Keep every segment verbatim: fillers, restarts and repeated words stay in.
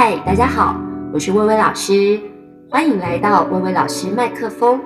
嗨，大家好，我是薇薇老师，欢迎来到薇薇老师麦克风。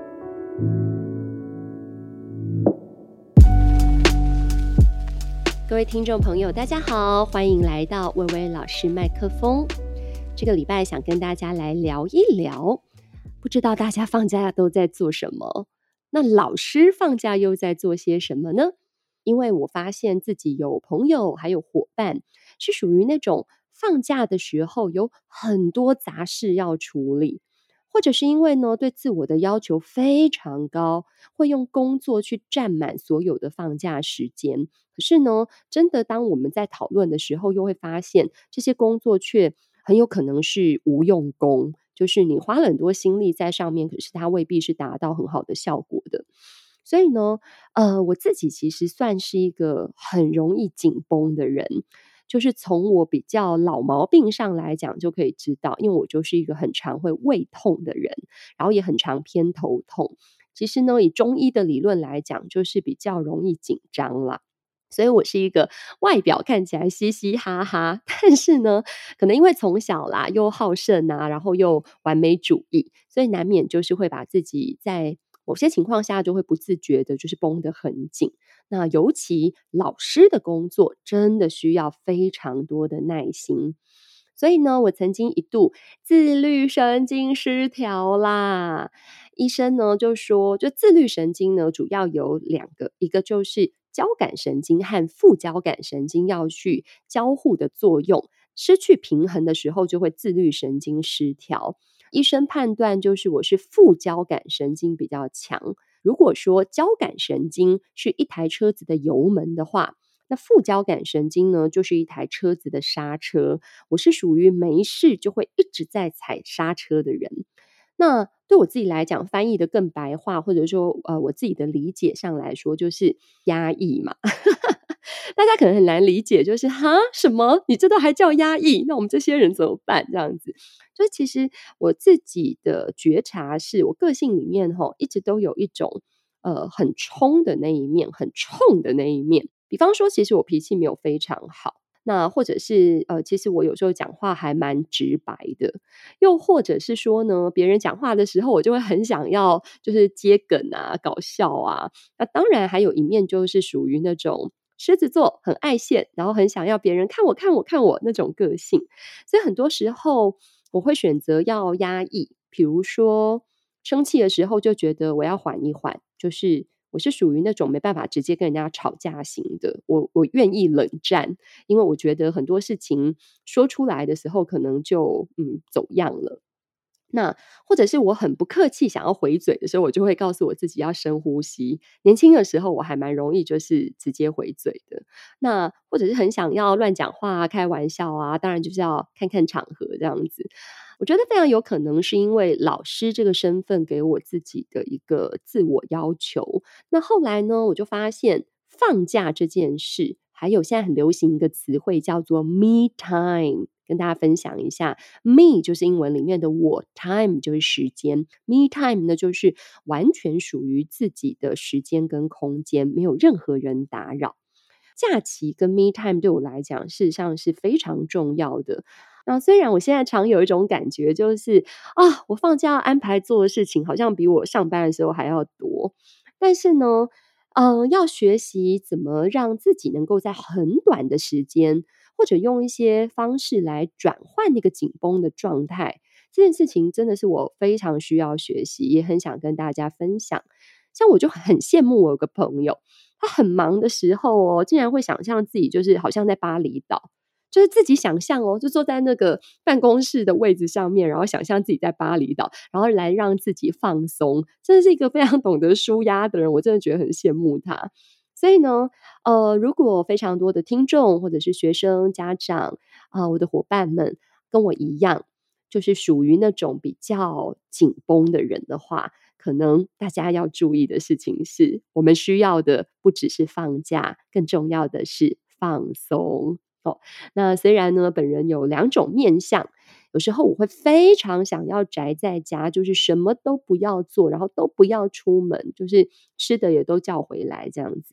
各位听众朋友，大家好，欢迎来到薇薇老师麦克风。这个礼拜想跟大家来聊一聊，不知道大家放假都在做什么？那老师放假又在做些什么呢？因为我发现自己有朋友还有伙伴是属于那种放假的时候有很多杂事要处理，或者是因为呢对自我的要求非常高，会用工作去占满所有的放假时间。可是呢，真的当我们在讨论的时候，又会发现这些工作却很有可能是无用功，就是你花了很多心力在上面，可是它未必是达到很好的效果的。所以呢，呃，我自己其实算是一个很容易紧绷的人，就是从我比较老毛病上来讲就可以知道，因为我就是一个很常会胃痛的人，然后也很常偏头痛。其实呢，以中医的理论来讲，就是比较容易紧张啦。所以我是一个外表看起来嘻嘻哈哈，但是呢，可能因为从小啦又好胜啊，然后又完美主义，所以难免就是会把自己在某些情况下就会不自觉的就是绷得很紧。那尤其老师的工作真的需要非常多的耐心。所以呢，我曾经一度自律神经失调啦。医生呢就说，就自律神经呢主要有两个，一个就是交感神经和副交感神经要去交互的作用，失去平衡的时候就会自律神经失调。医生判断就是我是副交感神经比较强。如果说交感神经是一台车子的油门的话，那副交感神经呢，就是一台车子的刹车。我是属于没事就会一直在踩刹车的人。那对我自己来讲，翻译的更白话，或者说呃我自己的理解上来说，就是压抑嘛。大家可能很难理解，就是哈什么？你这都还叫压抑？那我们这些人怎么办？这样子，就是其实我自己的觉察是，我个性里面哈一直都有一种呃很冲的那一面，很冲的那一面。比方说，其实我脾气没有非常好。那或者是呃，其实我有时候讲话还蛮直白的，又或者是说呢，别人讲话的时候，我就会很想要就是接梗啊、搞笑啊。那当然还有一面就是属于那种狮子座，很爱现，然后很想要别人看我、看我、看我那种个性。所以很多时候我会选择要压抑，比如说生气的时候就觉得我要缓一缓，就是我是属于那种没办法直接跟人家吵架型的，我我愿意冷战，因为我觉得很多事情说出来的时候可能就嗯走样了。那或者是我很不客气想要回嘴的时候，我就会告诉我自己要深呼吸。年轻的时候我还蛮容易就是直接回嘴的。那或者是很想要乱讲话啊、开玩笑啊，当然就是要看看场合这样子。我觉得非常有可能是因为老师这个身份给我自己的一个自我要求。那后来呢，我就发现放假这件事，还有现在很流行一个词汇叫做 me time，跟大家分享一下。 me 就是英文里面的我， time 就是时间。 me time 呢就是完全属于自己的时间跟空间，没有任何人打扰。假期跟 me time 对我来讲事实上是非常重要的。那虽然我现在常有一种感觉，就是啊，我放假要安排做的事情好像比我上班的时候还要多，但是呢呃，要学习怎么让自己能够在很短的时间，或者用一些方式来转换那个紧绷的状态，这件事情真的是我非常需要学习，也很想跟大家分享。像我就很羡慕我有个朋友，他很忙的时候哦，竟然会想象自己就是好像在巴厘岛，就是自己想象哦，就坐在那个办公室的位置上面，然后想象自己在巴厘岛，然后来让自己放松。真的是一个非常懂得舒压的人，我真的觉得很羡慕他。所以呢，呃，如果非常多的听众或者是学生、家长啊、呃我的伙伴们跟我一样，就是属于那种比较紧绷的人的话，可能大家要注意的事情是，我们需要的不只是放假，更重要的是放松。哦，那虽然呢，本人有两种面相，有时候我会非常想要宅在家，就是什么都不要做，然后都不要出门，就是吃的也都叫回来这样子。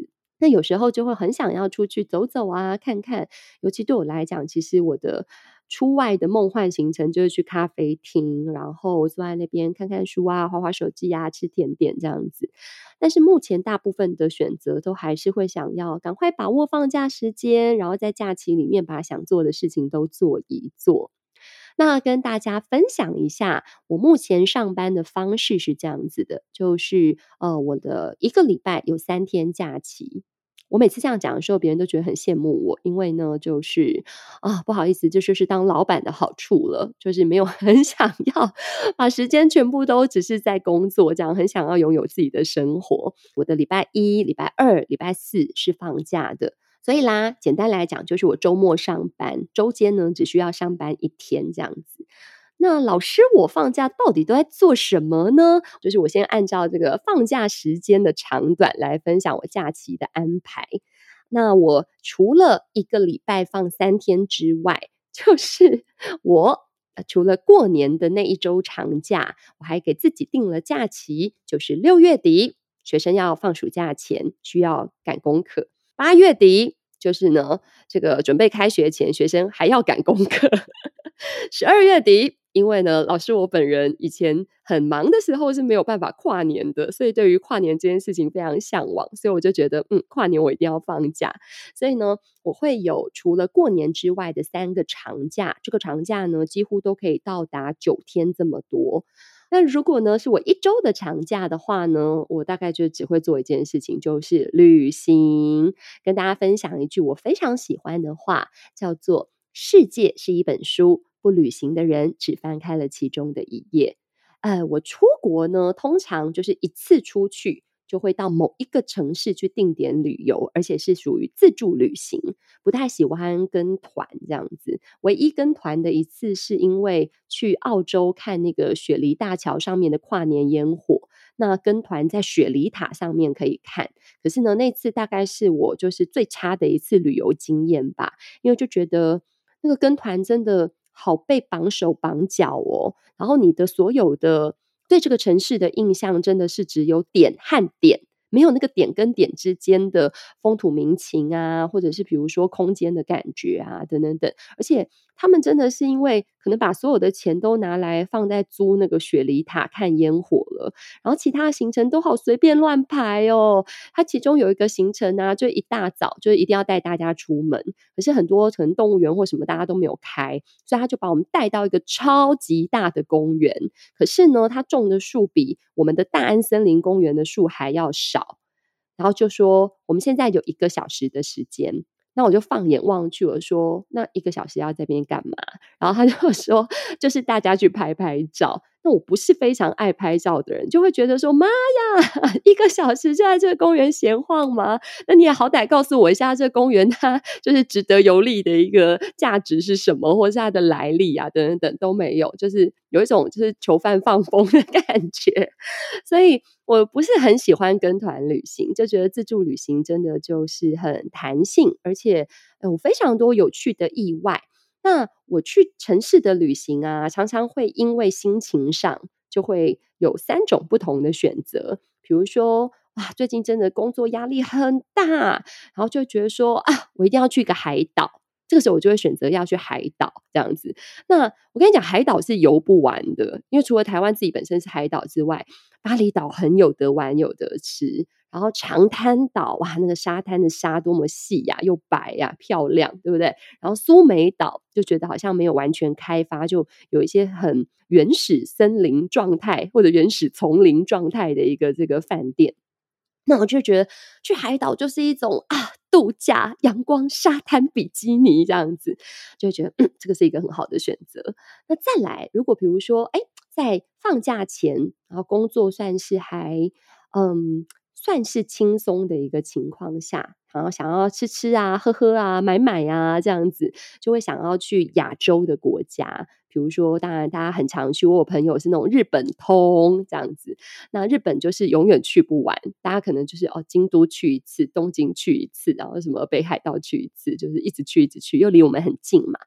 那有时候就会很想要出去走走啊，看看。尤其对我来讲，其实我的出外的梦幻行程就是去咖啡厅，然后坐在那边看看书啊，滑滑手机啊，吃甜点这样子。但是目前大部分的选择都还是会想要赶快把握放假时间，然后在假期里面把想做的事情都做一做。那跟大家分享一下，我目前上班的方式是这样子的，就是呃，我的一个礼拜有三天假期。我每次这样讲的时候，别人都觉得很羡慕我，因为呢，就是啊，不好意思，这就是当老板的好处了，就是没有很想要把时间全部都只是在工作，这样很想要拥有自己的生活。我的礼拜一、礼拜二、礼拜四是放假的。所以啦，简单来讲就是我周末上班，周间呢只需要上班一天这样子。那老师我放假到底都在做什么呢？就是我先按照这个放假时间的长短来分享我假期的安排。那我除了一个礼拜放三天之外，就是我呃除了过年的那一周长假，我还给自己定了假期，就是六月底学生要放暑假前需要赶功课，八月底就是呢，这个准备开学前学生还要赶功课。十二月底，因为呢，老师我本人以前很忙的时候是没有办法跨年的，所以对于跨年这件事情非常向往，所以我就觉得，嗯，跨年我一定要放假。所以呢，我会有除了过年之外的三个长假，这个长假呢，几乎都可以到达九天这么多。那如果呢是我一周的长假的话呢，我大概就只会做一件事情，就是旅行。跟大家分享一句我非常喜欢的话，叫做世界是一本书，不旅行的人只翻开了其中的一页。呃，我出国呢，通常就是一次出去就会到某一个城市去定点旅游，而且是属于自助旅行，不太喜欢跟团这样子。唯一跟团的一次是因为去澳洲看那个雪梨大桥上面的跨年烟火，那跟团在雪梨塔上面可以看。可是呢，那次大概是我就是最差的一次旅游经验吧，因为就觉得那个跟团真的好被绑手绑脚哦，然后你的所有的对这个城市的印象真的是只有点和点，没有那个点跟点之间的风土民情啊，或者是比如说空间的感觉啊，等等等。而且他们真的是因为可能把所有的钱都拿来放在租那个雪梨塔看烟火了，然后其他的行程都好随便乱排哦。它其中有一个行程啊，就一大早就是一定要带大家出门，可是很多可能动物园或什么大家都没有开，所以他就把我们带到一个超级大的公园。可是呢，他种的树比我们的大安森林公园的树还要少，然后就说我们现在有一个小时的时间。那我就放眼望去，我说那一个小时要在这边干嘛？然后他就说就是大家去拍拍照。那我不是非常爱拍照的人，就会觉得说妈呀，一个小时就在这个公园闲晃吗？那你也好歹告诉我一下这个公园它就是值得游历的一个价值是什么，或是它的来历啊等等等都没有，就是有一种就是囚犯放风的感觉。所以我不是很喜欢跟团旅行，就觉得自助旅行真的就是很弹性，而且有非常多有趣的意外。那我去城市的旅行啊，常常会因为心情上就会有三种不同的选择。比如说，哇，最近真的工作压力很大，然后就觉得说啊，我一定要去一个海岛。这个时候我就会选择要去海岛这样子。那我跟你讲，海岛是游不完的，因为除了台湾自己本身是海岛之外，巴厘岛很有得玩有得吃。然后长滩岛，哇，那个沙滩的沙多么细呀、又白呀、漂亮，对不对？然后苏梅岛就觉得好像没有完全开发，就有一些很原始森林状态或者原始丛林状态的一个这个饭店。那我就觉得去海岛就是一种啊度假、阳光、沙滩、比基尼这样子，就会觉得嗯，这个是一个很好的选择。那再来，如果比如说，哎，在放假前，然后工作算是还嗯。算是轻松的一个情况下，然后想要吃吃啊、喝喝啊、买买啊这样子，就会想要去亚洲的国家。比如说，当然大家很常去，我有朋友是那种日本通这样子，那日本就是永远去不完，大家可能就是哦，京都去一次，东京去一次，然后什么北海道去一次，就是一直去一直去，又离我们很近嘛。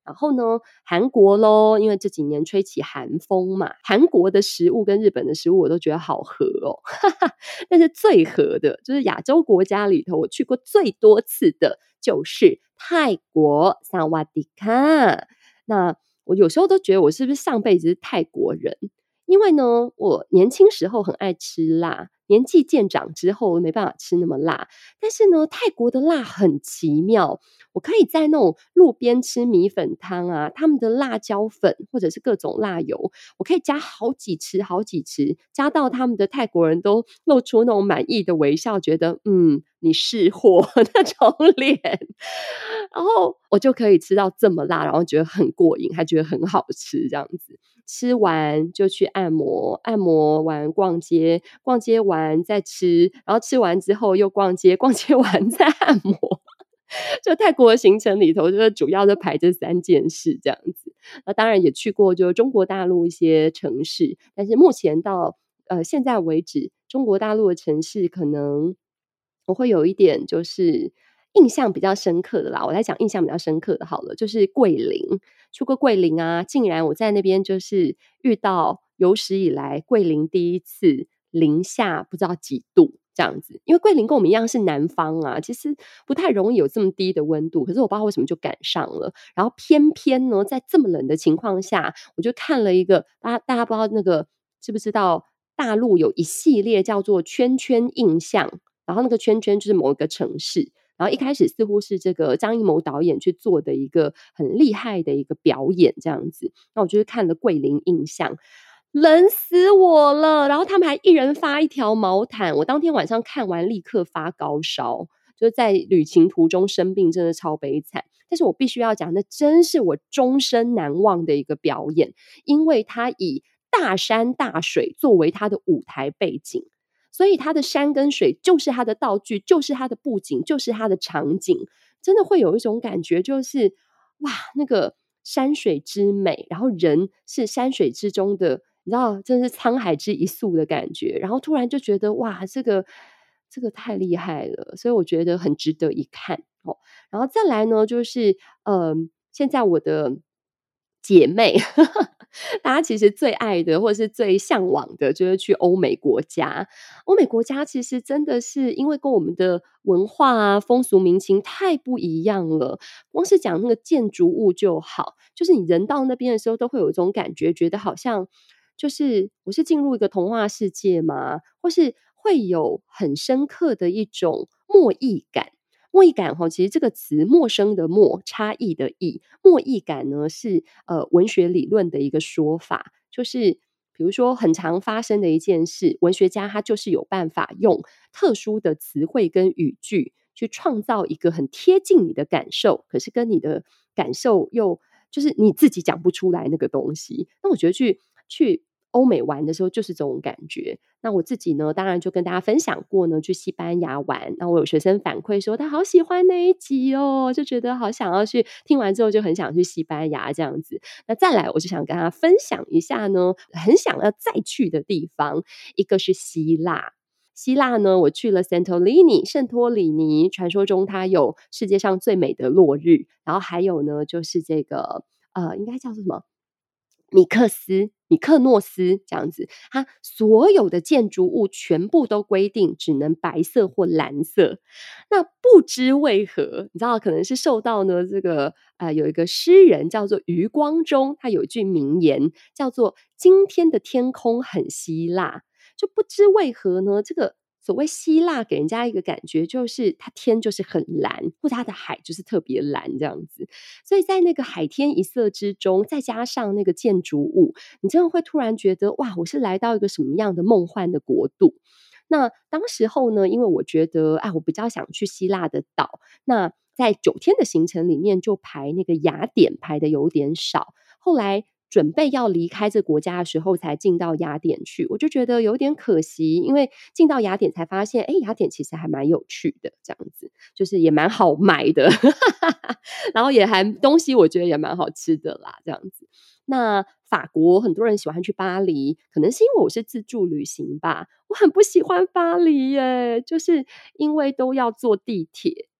然后呢，韩国咯，因为这几年吹起韩风嘛，韩国的食物跟日本的食物我都觉得好合哦。但是最合的就是亚洲国家里头，我去过最多次的就是泰国，萨瓦迪卡。那我有时候都觉得我是不是上辈子是泰国人，因为呢，我年轻时候很爱吃辣，年纪渐长之后没办法吃那么辣。但是呢，泰国的辣很奇妙，我可以在那种路边吃米粉汤啊，他们的辣椒粉或者是各种辣油，我可以加好几匙好几匙，加到他们的泰国人都露出那种满意的微笑，觉得嗯，你是货那种脸。然后我就可以吃到这么辣，然后觉得很过瘾，还觉得很好吃这样子。吃完就去按摩，按摩完逛街，逛街完再吃，然后吃完之后又逛街，逛街完再按摩。就泰国的行程里头，就是主要就排这三件事这样子。那当然也去过就中国大陆一些城市，但是目前到呃现在为止，中国大陆的城市可能我会有一点就是印象比较深刻的啦，我来讲印象比较深刻的好了，就是桂林。去过桂林啊，竟然我在那边就是遇到有史以来桂林第一次零下不知道几度这样子。因为桂林跟我们一样是南方啊，其实不太容易有这么低的温度，可是我不知道为什么就赶上了。然后偏偏呢，在这么冷的情况下，我就看了一个大家大家不知道那个知不知道大陆有一系列叫做圈圈印象，然后那个圈圈就是某一个城市。然后一开始似乎是这个张艺谋导演去做的一个很厉害的一个表演这样子。那我就是看了桂林印象，冷死我了。然后他们还一人发一条毛毯，我当天晚上看完立刻发高烧，就是在旅行途中生病，真的超悲惨。但是我必须要讲，那真是我终身难忘的一个表演，因为他以大山大水作为他的舞台背景。所以它的山跟水就是它的道具，就是它的布景，就是它的场景，真的会有一种感觉，就是哇，那个山水之美，然后人是山水之中的，你知道，真是沧海之一粟的感觉。然后突然就觉得哇，这个这个太厉害了，所以我觉得很值得一看哦。然后再来呢，就是嗯、呃，现在我的姐妹大家其实最爱的或者是最向往的就是去欧美国家。欧美国家其实真的是因为跟我们的文化啊、风俗民情太不一样了，光是讲那个建筑物就好，就是你人到那边的时候都会有一种感觉，觉得好像就是我是进入一个童话世界吗？或是会有很深刻的一种陌意感。陌意感哈，其实这个词陌生的陌，差异的异，陌意感呢是呃文学理论的一个说法，就是比如说很常发生的一件事，文学家他就是有办法用特殊的词汇跟语句去创造一个很贴近你的感受，可是跟你的感受又就是你自己讲不出来那个东西。那我觉得去去欧美玩的时候就是这种感觉。那我自己呢，当然就跟大家分享过呢，去西班牙玩。那我有学生反馈说他好喜欢那一集哦，就觉得好想要去，听完之后就很想去西班牙这样子。那再来，我就想跟他分享一下呢，很想要再去的地方，一个是希腊。希腊呢，我去了 Santorini 圣托里尼，传说中它有世界上最美的落日。然后还有呢，就是这个呃，应该叫做什么？米克斯、米克诺斯这样子，它所有的建筑物全部都规定只能白色或蓝色。那不知为何，你知道，可能是受到呢这个呃有一个诗人叫做余光中，他有一句名言叫做“今天的天空很希腊”，就不知为何呢，这个所谓希腊给人家一个感觉就是它天就是很蓝，或者它的海就是特别蓝这样子。所以在那个海天一色之中，再加上那个建筑物，你真的会突然觉得哇，我是来到一个什么样的梦幻的国度。那当时候呢，因为我觉得啊，我比较想去希腊的岛，那在九天的行程里面就排那个雅典排的有点少，后来准备要离开这个国家的时候才进到雅典去，我就觉得有点可惜，因为进到雅典才发现，哎，雅典其实还蛮有趣的，这样子就是也蛮好买的然后也还东西我觉得也蛮好吃的啦，这样子。那法国很多人喜欢去巴黎，可能是因为我是自助旅行吧，我很不喜欢巴黎耶，就是因为都要坐地铁。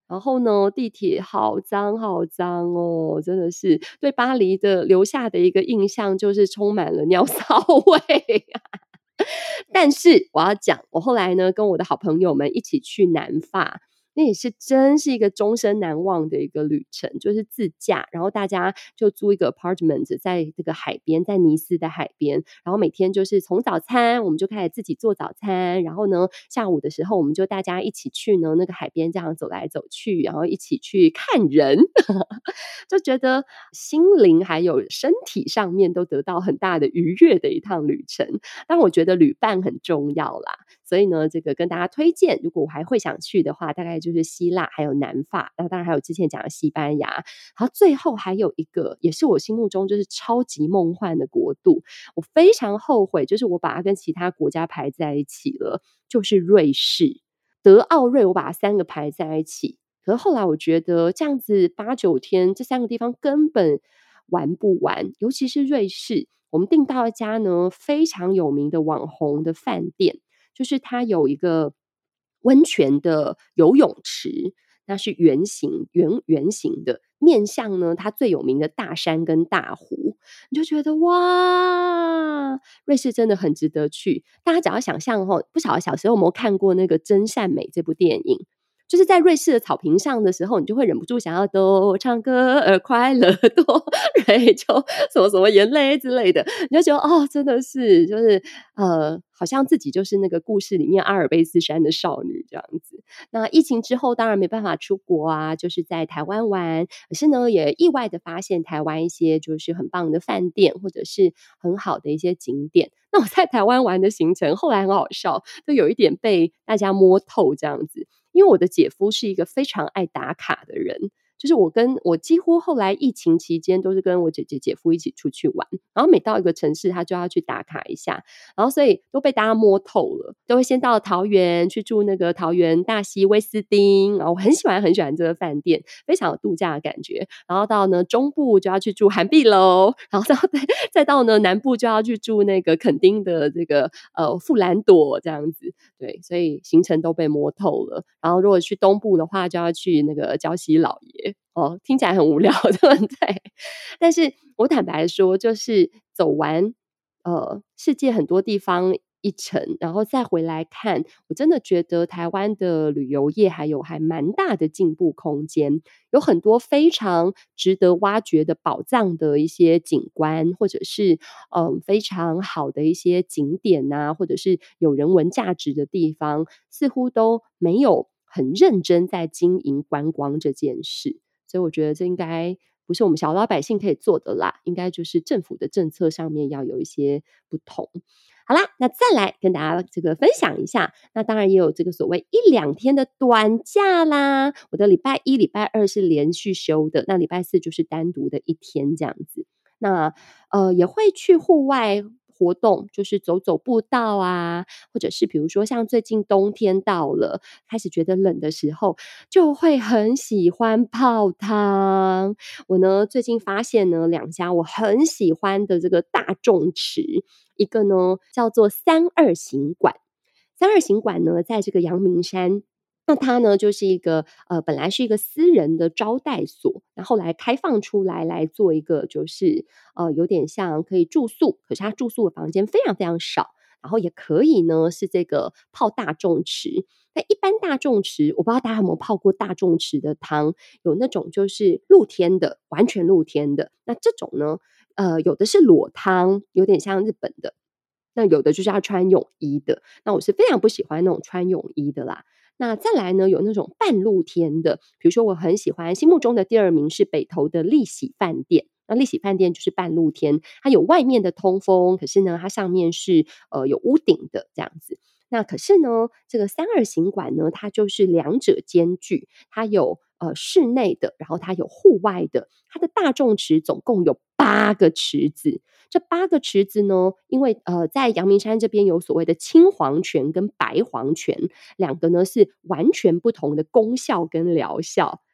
然后呢，地铁好脏好脏哦，真的是对巴黎的留下的一个印象就是充满了尿骚味。但是我要讲，我后来呢跟我的好朋友们一起去南法，那也是真是一个终身难忘的一个旅程，就是自驾，然后大家就租一个 apartment 在这个海边，在尼斯的海边，然后每天就是从早餐我们就开始自己做早餐，然后呢下午的时候我们就大家一起去呢那个海边这样走来走去，然后一起去看人，就觉得心灵还有身体上面都得到很大的愉悦的一趟旅程。但我觉得旅伴很重要啦，所以呢这个跟大家推荐，如果我还会想去的话，大概就是希腊还有南法，那当然还有之前讲的西班牙，然后最后还有一个也是我心目中就是超级梦幻的国度，我非常后悔就是我把它跟其他国家排在一起了，就是瑞士。德奥瑞我把它三个排在一起，可是后来我觉得这样子八九天这三个地方根本玩不完，尤其是瑞士，我们订到一家呢非常有名的网红的饭店，就是它有一个温泉的游泳池，那是圆形圆圆形的，面向呢它最有名的大山跟大湖，你就觉得哇，瑞士真的很值得去。大家只要想象哦，不晓得小时候有没有看过那个真善美这部电影，就是在瑞士的草坪上的时候，你就会忍不住想要多唱歌而快乐，多瑞就什么什么眼泪之类的，你就觉得哦，真的是就是呃，好像自己就是那个故事里面阿尔卑斯山的少女这样子。那疫情之后当然没办法出国啊，就是在台湾玩，可是呢也意外的发现台湾一些就是很棒的饭店或者是很好的一些景点。那我在台湾玩的行程后来很好笑，就有一点被大家摸透这样子，因为我的姐夫是一个非常爱打卡的人，就是我跟我几乎后来疫情期间都是跟我姐姐姐夫一起出去玩，然后每到一个城市他就要去打卡一下，然后所以都被大家摸透了，都会先到桃园去住那个桃园大溪威斯汀，然后我很喜欢很喜欢这个饭店，非常有度假的感觉，然后到呢中部就要去住涵碧楼，然后到再到呢南部就要去住那个垦丁的这个呃富兰朵这样子，对，所以行程都被摸透了。然后如果去东部的话，就要去那个礁溪老爷哦，听起来很无聊，对不对？但是我坦白说，就是走完呃世界很多地方一程，然后再回来看，我真的觉得台湾的旅游业还有还蛮大的进步空间，有很多非常值得挖掘的宝藏的一些景观，或者是嗯、呃、非常好的一些景点啊，或者是有人文价值的地方，似乎都没有很认真在经营观光这件事。所以我觉得这应该不是我们小老百姓可以做的啦，应该就是政府的政策上面要有一些不同。好啦，那再来跟大家这个分享一下，那当然也有这个所谓一两天的短假啦。我的礼拜一、礼拜二是连续休的，那礼拜四就是单独的一天这样子。那呃也会去户外活动，就是走走步道啊，或者是比如说像最近冬天到了，开始觉得冷的时候，就会很喜欢泡汤。我呢最近发现呢两家我很喜欢的这个大众池，一个呢叫做三二行馆，三二行馆呢在这个阳明山。那它呢就是一个呃本来是一个私人的招待所，那后来开放出来来做一个就是呃有点像可以住宿，可是它住宿的房间非常非常少，然后也可以呢是这个泡大众池。那一般大众池我不知道大家有没有泡过大众池的汤，有那种就是露天的，完全露天的，那这种呢呃有的是裸汤，有点像日本的，那有的就是要穿泳衣的，那我是非常不喜欢那种穿泳衣的啦。那再来呢有那种半露天的，比如说我很喜欢心目中的第二名是北投的丽喜饭店，那丽喜饭店就是半露天，它有外面的通风，可是呢它上面是呃有屋顶的这样子。那可是呢这个三二行馆呢它就是两者兼具，它有呃室内的，然后它有户外的，它的大众池总共有八个池子。这八个池子呢因为呃在阳明山这边有所谓的青黄泉跟白黄泉，两个呢是完全不同的功效跟疗效，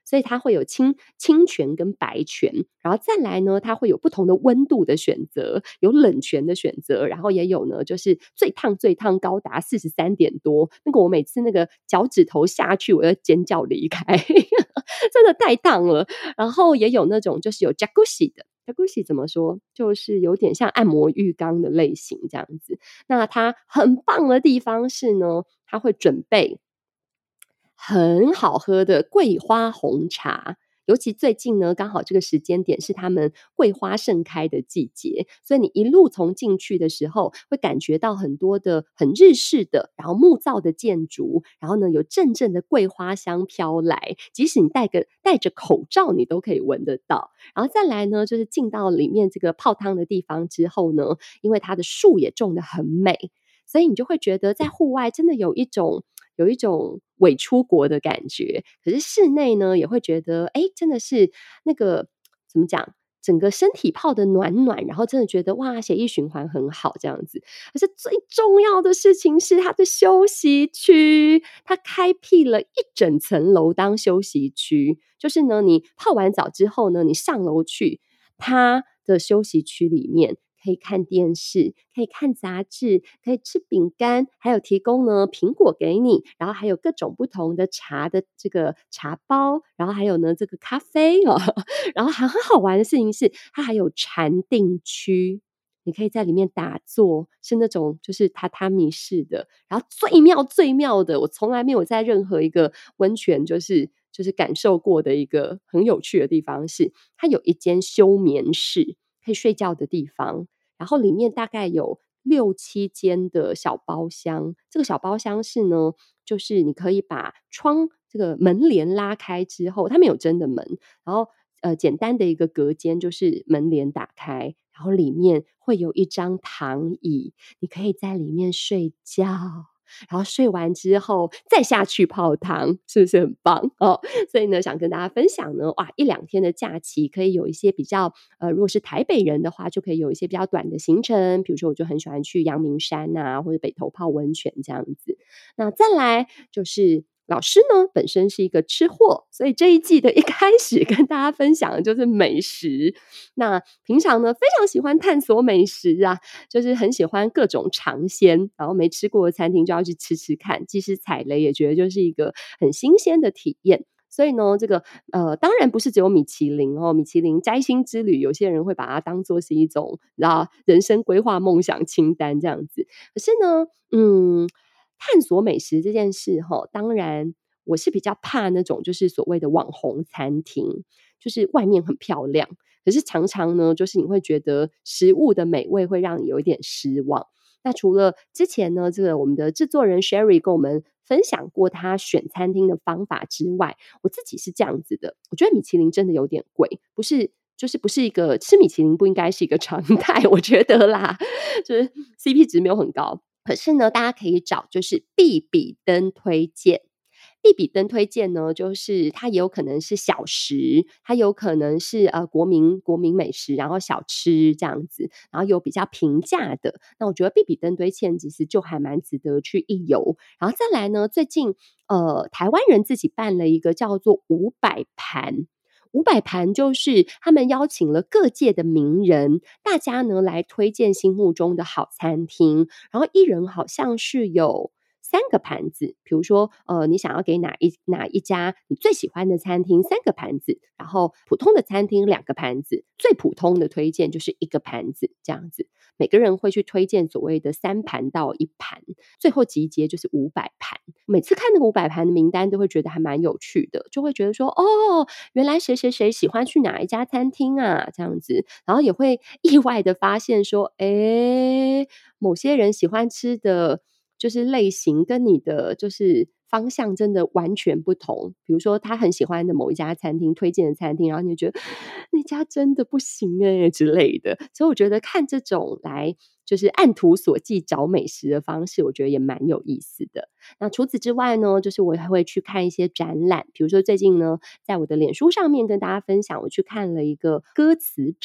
所以它会有清清泉跟白泉，然后再来呢，它会有不同的温度的选择，有冷泉的选择，然后也有呢，就是最烫最烫高达四十三点多，那个我每次那个脚趾头下去，我要尖叫离开，真的太烫了。然后也有那种就是有 jacuzzi 的。jacuzzi 怎么说？就是有点像按摩浴缸的类型这样子。那它很棒的地方是呢，它会准备很好喝的桂花红茶。尤其最近呢，刚好这个时间点是他们桂花盛开的季节，所以你一路从进去的时候，会感觉到很多的很日式的，然后木造的建筑，然后呢有阵阵的桂花香飘来，即使你戴个戴着口罩，你都可以闻得到。然后再来呢，就是进到里面这个泡汤的地方之后呢，因为它的树也种得很美，所以你就会觉得在户外真的有一种有一种伪出国的感觉。可是室内呢，也会觉得，哎，真的是那个怎么讲？整个身体泡得暖暖，然后真的觉得哇，血液循环很好这样子。可是最重要的事情是它的休息区，它开辟了一整层楼当休息区。就是呢，你泡完澡之后呢，你上楼去，它的休息区里面可以看电视，可以看杂志，可以吃饼干，还有提供呢苹果给你，然后还有各种不同的茶的这个茶包，然后还有呢这个咖啡哦，然后还很好玩的事情是，它还有禅定区。你可以在里面打坐，是那种就是榻榻米式的。然后最妙最妙的，我从来没有在任何一个温泉就是就是感受过的一个很有趣的地方是，它有一间休眠室，可以睡觉的地方。然后里面大概有六七间的小包厢，这个小包厢是呢，就是你可以把窗这个门帘拉开之后，它没有真的门，然后呃简单的一个隔间就是门帘打开，然后里面会有一张躺椅，你可以在里面睡觉。然后睡完之后再下去泡汤，是不是很棒哦？所以呢，想跟大家分享呢，哇，一两天的假期可以有一些比较呃，如果是台北人的话，就可以有一些比较短的行程，比如说我就很喜欢去阳明山啊，或者北投泡温泉这样子。那再来就是老师呢本身是一个吃货，所以这一季的一开始跟大家分享的就是美食。那平常呢非常喜欢探索美食啊，就是很喜欢各种尝鲜，然后没吃过的餐厅就要去吃吃看，即使踩雷也觉得就是一个很新鲜的体验。所以呢，这个呃，当然不是只有米其林哦，米其林摘星之旅，有些人会把它当做是一种然后人生规划梦想清单这样子。可是呢，嗯，探索美食这件事哈，当然我是比较怕那种就是所谓的网红餐厅，就是外面很漂亮，可是常常呢，就是你会觉得食物的美味会让你有一点失望。那除了之前呢，这个我们的制作人 Sherry 跟我们分享过他选餐厅的方法之外，我自己是这样子的，我觉得米其林真的有点贵，不是就是不是一个吃米其林不应该是一个常态，我觉得啦，就是 C P 值没有很高。可是呢，大家可以找就是必比登推荐。必比登推荐呢，就是它也有可能是小食，它有可能是呃国民国民美食，然后小吃这样子，然后有比较平价的。那我觉得必比登推荐其实就还蛮值得去一游。然后再来呢，最近呃台湾人自己办了一个叫做五百盘。五百盘就是他们邀请了各界的名人，大家呢来推荐心目中的好餐厅，然后一人好像是有三个盘子，比如说呃，你想要给哪一哪一家你最喜欢的餐厅三个盘子，然后普通的餐厅两个盘子，最普通的推荐就是一个盘子这样子。每个人会去推荐所谓的三盘到一盘，最后集结就是五百盘。每次看那个五百盘的名单都会觉得还蛮有趣的，就会觉得说哦，原来谁谁谁喜欢去哪一家餐厅啊这样子，然后也会意外的发现说，诶，某些人喜欢吃的就是类型跟你的就是方向真的完全不同。比如说他很喜欢的某一家餐厅推荐的餐厅，然后你就觉得那家真的不行诶之类的。所以我觉得看这种来就是按图索骥找美食的方式，我觉得也蛮有意思的。那除此之外呢，就是我还会去看一些展览，比如说最近呢，在我的脸书上面跟大家分享，我去看了一个歌词展。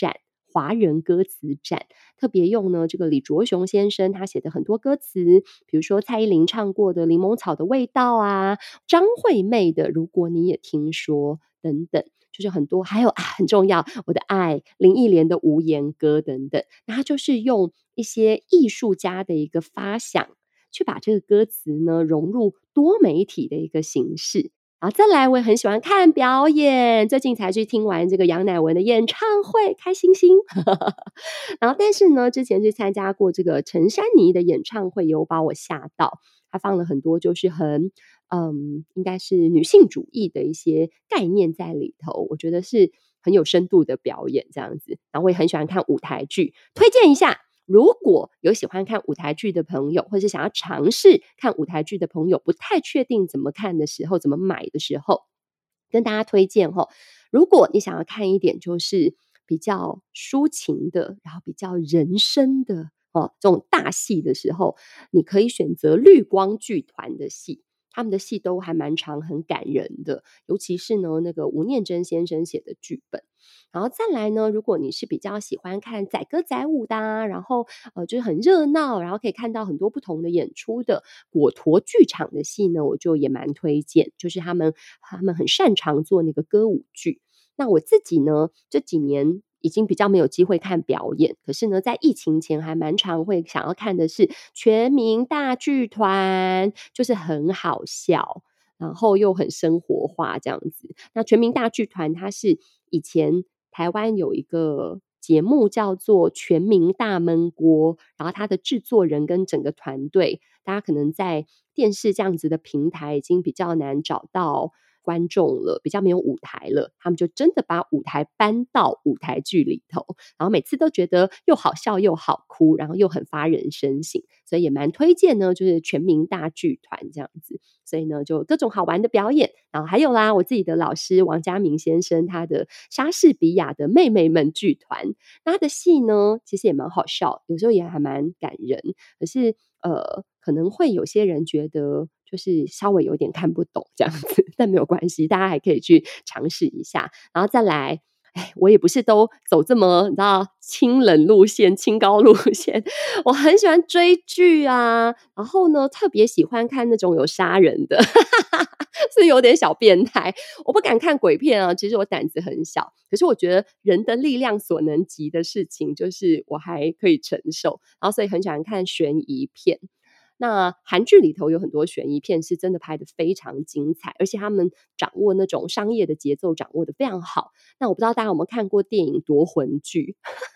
华人歌词展，特别用呢这个李卓雄先生他写的很多歌词，比如说蔡依林唱过的《柠檬草的味道》啊，张惠妹的《如果你也听说》等等，就是很多，还有啊很重要，我的爱，林忆莲的《无言歌》等等，那他就是用一些艺术家的一个发想，去把这个歌词呢融入多媒体的一个形式。然后再来，我也很喜欢看表演，最近才去听完这个杨乃文的演唱会，开心心。然后但是呢，之前去参加过这个陈珊妮的演唱会，有把我吓到，他放了很多就是很嗯，应该是女性主义的一些概念在里头，我觉得是很有深度的表演这样子。然后我也很喜欢看舞台剧，推荐一下，如果有喜欢看舞台剧的朋友，或是想要尝试看舞台剧的朋友，不太确定怎么看的时候，怎么买的时候，跟大家推荐齁，如果你想要看一点就是比较抒情的，然后比较人生的哦，这种大戏的时候，你可以选择绿光剧团的戏，他们的戏都还蛮长，很感人的，尤其是呢那个吴念真先生写的剧本。然后再来呢，如果你是比较喜欢看载歌载舞的啊，然后呃就是很热闹，然后可以看到很多不同的演出的果陀剧场的戏呢，我就也蛮推荐，就是他们他们很擅长做那个歌舞剧。那我自己呢，这几年已经比较没有机会看表演，可是呢，在疫情前还蛮常会想要看的是全民大剧团，就是很好笑，然后又很生活化这样子。那全民大剧团它是以前台湾有一个节目叫做全民大闷锅，然后它的制作人跟整个团队，大家可能在电视这样子的平台已经比较难找到观众了，比较没有舞台了，他们就真的把舞台搬到舞台剧里头，然后每次都觉得又好笑又好哭，然后又很发人深省，所以也蛮推荐呢，就是全民大剧团这样子。所以呢，就各种好玩的表演，然后还有啦，我自己的老师王家明先生他的莎士比亚的妹妹们剧团，那他的戏呢其实也蛮好笑，有时候也还蛮感人，可是呃可能会有些人觉得就是稍微有点看不懂这样子，但没有关系，大家还可以去尝试一下。然后再来，哎，我也不是都走这么你知道清冷路线、清高路线，我很喜欢追剧啊，然后呢特别喜欢看那种有杀人的，是有点小变态。我不敢看鬼片啊，其实我胆子很小，可是我觉得人的力量所能及的事情，就是我还可以承受，然后所以很喜欢看悬疑片。那韩剧里头有很多悬疑片是真的拍得非常精彩，而且他们掌握那种商业的节奏掌握得非常好。那我不知道大家有没有看过电影《夺魂剧》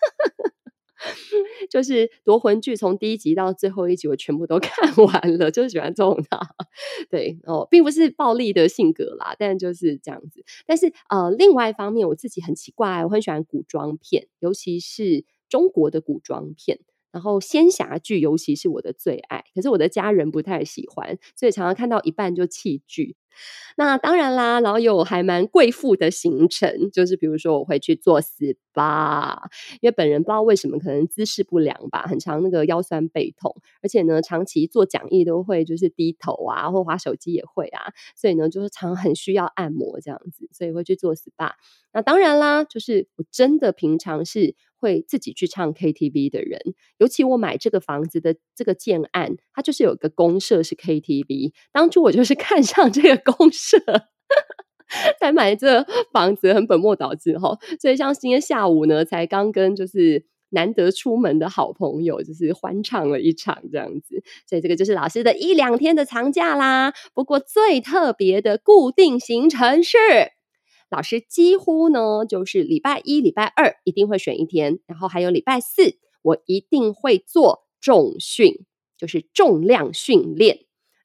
就是夺魂剧从第一集到最后一集我全部都看完了，就是喜欢这种的。对哦，并不是暴力的性格啦，但就是这样子。但是呃，另外一方面我自己很奇怪，我很喜欢古装片，尤其是中国的古装片。然后仙侠剧尤其是我的最爱，可是我的家人不太喜欢，所以常常看到一半就弃剧。那当然啦，然后有还蛮贵妇的行程，就是比如说我会去做 S P A， 因为本人不知道为什么可能姿势不良吧，很常那个腰酸背痛，而且呢长期做讲义都会就是低头啊，或滑手机也会啊，所以呢就是常很需要按摩这样子，所以会去做 S P A。 那当然啦，就是我真的平常是会自己去唱 K T V 的人，尤其我买这个房子的这个建案，它就是有一个公设是 K T V， 当初我就是看上这个公设才买这房子，很本末倒置齁。所以像今天下午呢，才刚跟就是难得出门的好朋友就是欢唱了一场这样子，所以这个就是老师的一两天的长假啦。不过最特别的固定行程是，老师几乎呢就是礼拜一礼拜二一定会选一天，然后还有礼拜四我一定会做重训，就是重量训练。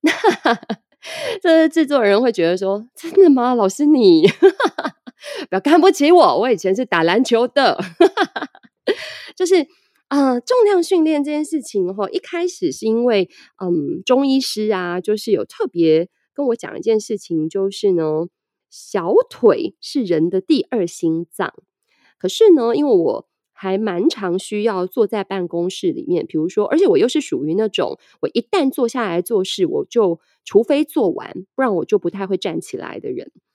这制作人会觉得说，真的吗老师你不要看不起我，我以前是打篮球的。就是呃，重量训练这件事情一开始是因为嗯，中医师啊就是有特别跟我讲一件事情，就是呢小腿是人的第二心脏，可是呢因为我还蛮常需要坐在办公室里面，比如说而且我又是属于那种我一旦坐下来做事，我就除非做完，不然我就不太会站起来的人，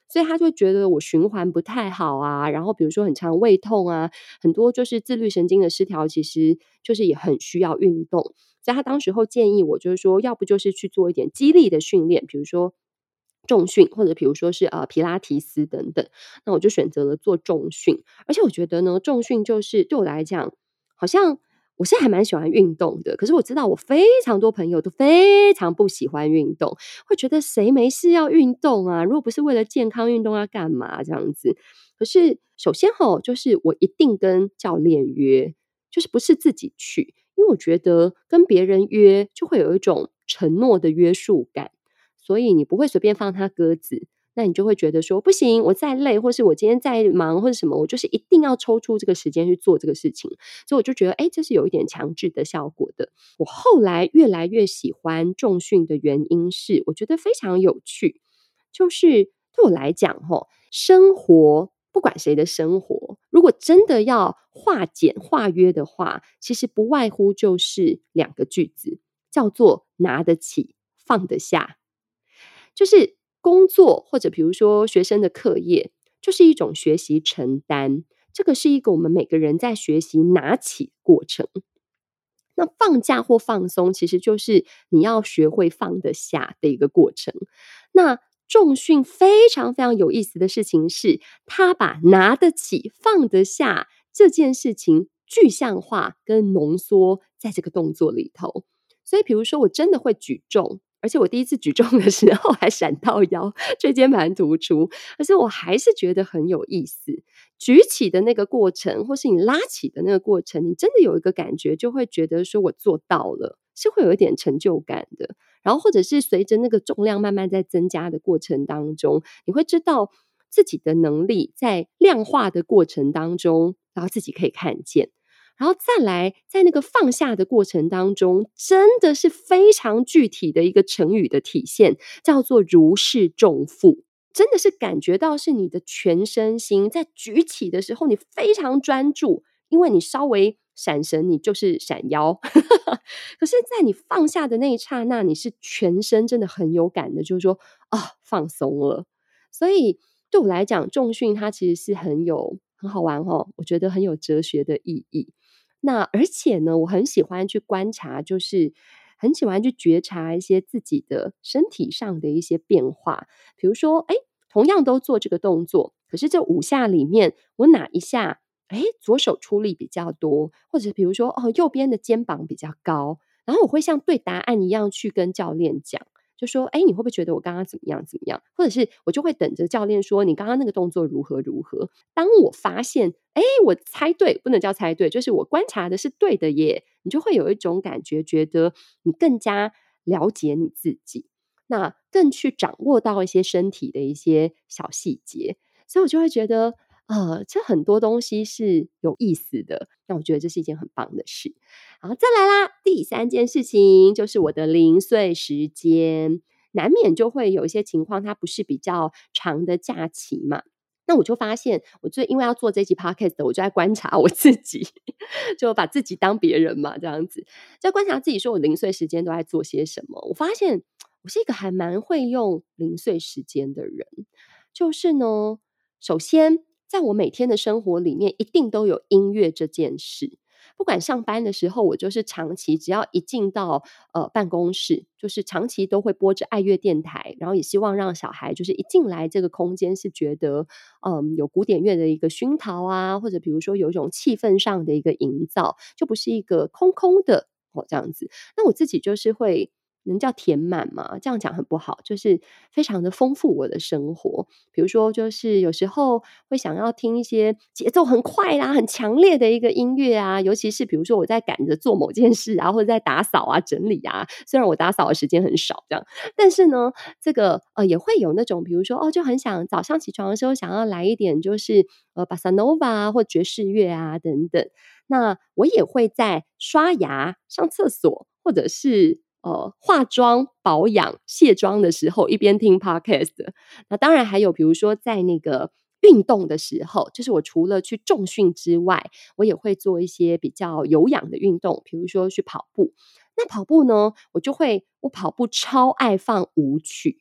所以他就觉得我循环不太好啊，然后比如说很常胃痛啊，很多就是自律神经的失调，其实就是也很需要运动。所以他当时候建议我就是说，要不就是去做一点肌力的训练，比如说重训，或者比如说是呃皮拉提斯等等。那我就选择了做重训，而且我觉得呢，重训就是对我来讲，好像我是还蛮喜欢运动的，可是我知道我非常多朋友都非常不喜欢运动，会觉得谁没事要运动啊？如果不是为了健康运动要干嘛这样子？可是首先吼，就是我一定跟教练约，就是不是自己去，因为我觉得跟别人约就会有一种承诺的约束感，所以你不会随便放他鸽子。那你就会觉得说不行，我再累，或是我今天再忙，或者什么，我就是一定要抽出这个时间去做这个事情。所以我就觉得，哎，这是有一点强制的效果的。我后来越来越喜欢重训的原因是，我觉得非常有趣，就是对我来讲，吼，生活不管谁的生活，如果真的要化简化约的话，其实不外乎就是两个句子，叫做拿得起，放得下。就是工作或者比如说学生的课业，就是一种学习承担，这个是一个我们每个人在学习拿起过程。那放假或放松，其实就是你要学会放得下的一个过程。那重训非常非常有意思的事情是，他把拿得起、放得下这件事情具象化跟浓缩在这个动作里头。所以比如说我真的会举重，而且我第一次举重的时候还闪到腰，椎间盘突出，可是我还是觉得很有意思。举起的那个过程，或是你拉起的那个过程，你真的有一个感觉，就会觉得说我做到了，是会有一点成就感的。然后或者是随着那个重量慢慢在增加的过程当中，你会知道自己的能力在量化的过程当中，然后自己可以看见。然后再来，在那个放下的过程当中，真的是非常具体的一个成语的体现，叫做如释重负。真的是感觉到是你的全身心在举起的时候，你非常专注，因为你稍微闪神，你就是闪腰。可是在你放下的那一刹那，你是全身真的很有感的，就是说啊，放松了。所以对我来讲，重训它其实是很有很好玩哦，我觉得很有哲学的意义。那而且呢，我很喜欢去观察，就是很喜欢去觉察一些自己的身体上的一些变化。比如说，哎，同样都做这个动作，可是这五下里面，我哪一下，哎，左手出力比较多，或者比如说，哦，右边的肩膀比较高，然后我会像对答案一样去跟教练讲。就说，哎，你会不会觉得我刚刚怎么样怎么样？或者是我就会等着教练说，你刚刚那个动作如何如何。当我发现，哎，我猜对，不能叫猜对，就是我观察的是对的耶，你就会有一种感觉，觉得你更加了解你自己，那更去掌握到一些身体的一些小细节。所以我就会觉得，呃，这很多东西是有意思的，那我觉得这是一件很棒的事。好，再来啦，第三件事情就是我的零碎时间，难免就会有一些情况，它不是比较长的假期嘛。那我就发现，我最因为要做这集 podcast，我就在观察我自己，就把自己当别人嘛，这样子，在观察自己，说我零碎时间都在做些什么。我发现我是一个还蛮会用零碎时间的人，就是呢，首先在我每天的生活里面，一定都有音乐这件事。不管上班的时候，我就是长期只要一进到呃办公室，就是长期都会播着爱乐电台，然后也希望让小孩就是一进来这个空间是觉得嗯有古典乐的一个熏陶啊，或者比如说有一种气氛上的一个营造，就不是一个空空的哦这样子。那我自己就是会。能叫填满吗？这样讲很不好，就是非常的丰富我的生活。比如说，就是有时候会想要听一些节奏很快啦、很强烈的一个音乐啊，尤其是比如说我在赶着做某件事啊，或者在打扫啊、整理啊。虽然我打扫的时间很少，这样，但是呢，这个呃也会有那种，比如说哦，就很想早上起床的时候想要来一点，就是呃巴萨诺瓦啊或爵士乐啊等等。那我也会在刷牙、上厕所，或者是呃，化妆、保养、卸妆的时候，一边听 podcast。那当然还有比如说在那个运动的时候，就是我除了去重训之外，我也会做一些比较有氧的运动，比如说去跑步。那跑步呢，我就会我跑步超爱放舞曲。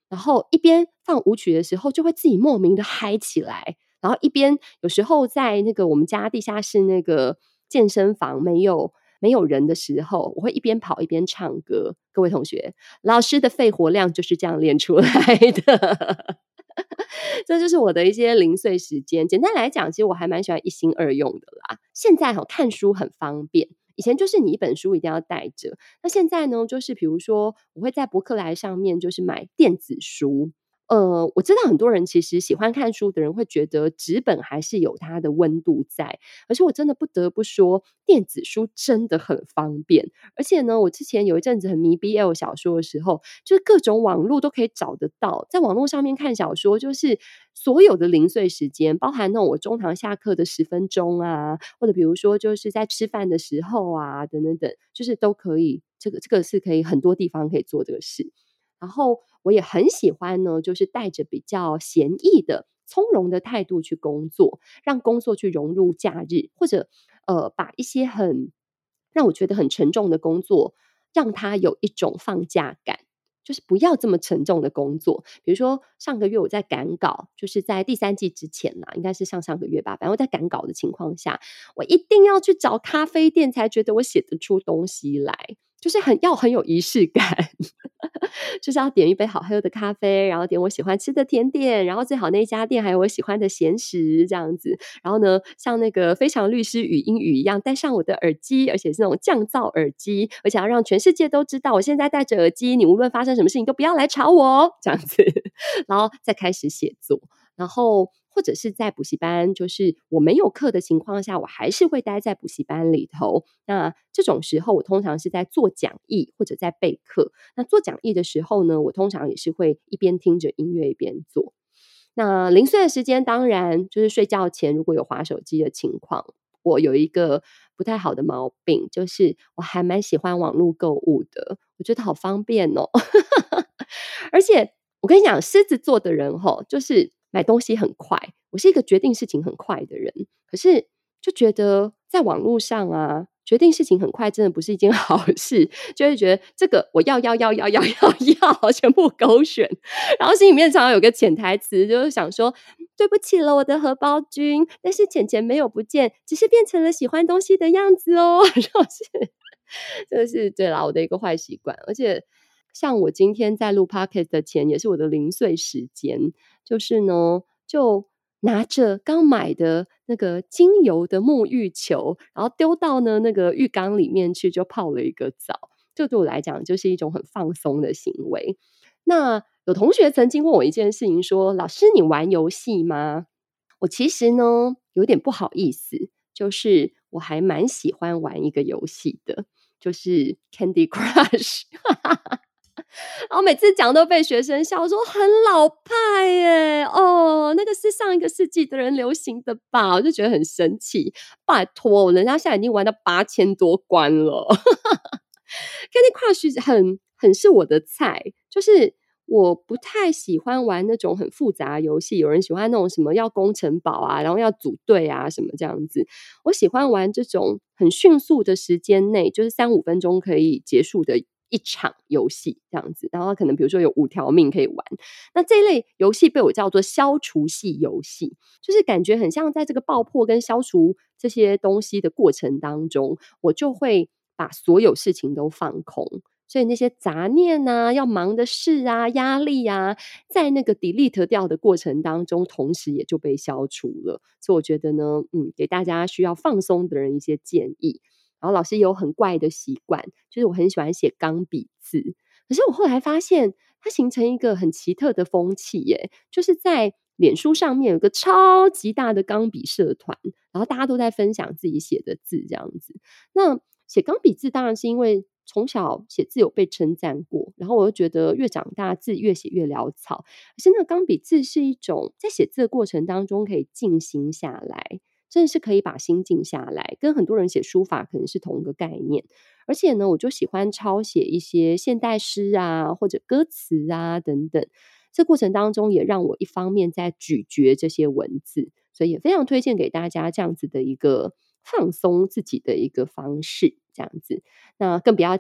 然后一边放舞曲的时候就会自己莫名的嗨起来，然后一边有时候在那个我们家地下室那个健身房没有没有人的时候，我会一边跑一边唱歌。各位同学，老师的肺活量就是这样练出来的。这就是我的一些零碎时间。简单来讲，其实我还蛮喜欢一心二用的啦。现在齁看书很方便，以前就是你一本书一定要带着，那现在呢，就是比如说我会在博客来上面就是买电子书。呃，我知道很多人其实喜欢看书的人会觉得纸本还是有它的温度在，可是我真的不得不说，电子书真的很方便。而且呢，我之前有一阵子很迷 B L 小说的时候，就是各种网络都可以找得到，在网络上面看小说，就是所有的零碎时间，包含那种我中堂下课的十分钟啊，或者比如说就是在吃饭的时候啊，等等等，就是都可以，这个这个是可以很多地方可以做这个事。然后我也很喜欢呢，就是带着比较闲逸的、从容的态度去工作，让工作去融入假日，或者呃，把一些很让我觉得很沉重的工作，让它有一种放假感。就是不要这么沉重的工作，比如说上个月我在赶稿，就是在第三季之前啦，应该是上上个月吧，反正我在赶稿的情况下，我一定要去找咖啡店才觉得我写得出东西来，就是很要很有仪式感。就是要点一杯好喝的咖啡，然后点我喜欢吃的甜点，然后最好那一家店还有我喜欢的咸食这样子。然后呢，像那个非常律师语英语一样，戴上我的耳机，而且是那种降噪耳机，而且要让全世界都知道我现在戴着耳机，你无论发生什么事情都不要来吵我，这样子，然后再开始写作。然后或者是在补习班，就是我没有课的情况下，我还是会待在补习班里头。那这种时候我通常是在做讲义或者在备课。那做讲义的时候呢，我通常也是会一边听着音乐一边做。那零碎的时间当然就是睡觉前如果有滑手机的情况，我有一个不太好的毛病，就是我还蛮喜欢网络购物的，我觉得好方便哦。而且我跟你讲，狮子座的人齁，就是买东西很快，我是一个决定事情很快的人，可是就觉得在网络上啊，决定事情很快真的不是一件好事，就会觉得这个我要要要要要要要全部勾选，然后心里面常常有个潜台词，就是想说对不起了我的荷包君，但是钱钱没有不见，只是变成了喜欢东西的样子哦。就是这是对啦，我的一个坏习惯。而且像我今天在录 Podcast 的前也是我的零碎时间，就是呢就拿着刚买的那个精油的沐浴球，然后丢到呢那个浴缸里面去就泡了一个澡，这对我来讲就是一种很放松的行为。那有同学曾经问我一件事情说，老师你玩游戏吗？我其实呢有点不好意思，就是我还蛮喜欢玩一个游戏的，就是 Candy Crush。然后每次讲都被学生笑说很老派耶，哦，那个是上一个世纪的人流行的吧，我就觉得很生气。拜托，人家现在已经玩到八千多关了。Candy Crush 很很是我的菜，就是我不太喜欢玩那种很复杂的游戏，有人喜欢那种什么要攻城堡啊，然后要组队啊什么这样子。我喜欢玩这种很迅速的时间内，就是三五分钟可以结束的一场游戏这样子，然后可能比如说有五条命可以玩。那这一类游戏被我叫做消除系游戏，就是感觉很像在这个爆破跟消除这些东西的过程当中，我就会把所有事情都放空。所以那些杂念啊，要忙的事啊，压力啊，在那个 delete 掉的过程当中，同时也就被消除了。所以我觉得呢，嗯，给大家需要放松的人一些建议。然后老师也有很怪的习惯，就是我很喜欢写钢笔字，可是我后来发现它形成一个很奇特的风气耶，就是在脸书上面有个超级大的钢笔社团，然后大家都在分享自己写的字这样子。那写钢笔字当然是因为从小写字有被称赞过，然后我又觉得越长大字越写越潦草，可是那个钢笔字是一种在写字的过程当中可以静心下来，真的是可以把心静下来，跟很多人写书法可能是同一个概念。而且呢，我就喜欢抄写一些现代诗啊，或者歌词啊等等。这过程当中也让我一方面在咀嚼这些文字，所以也非常推荐给大家这样子的一个放松自己的一个方式，这样子。那更不要讲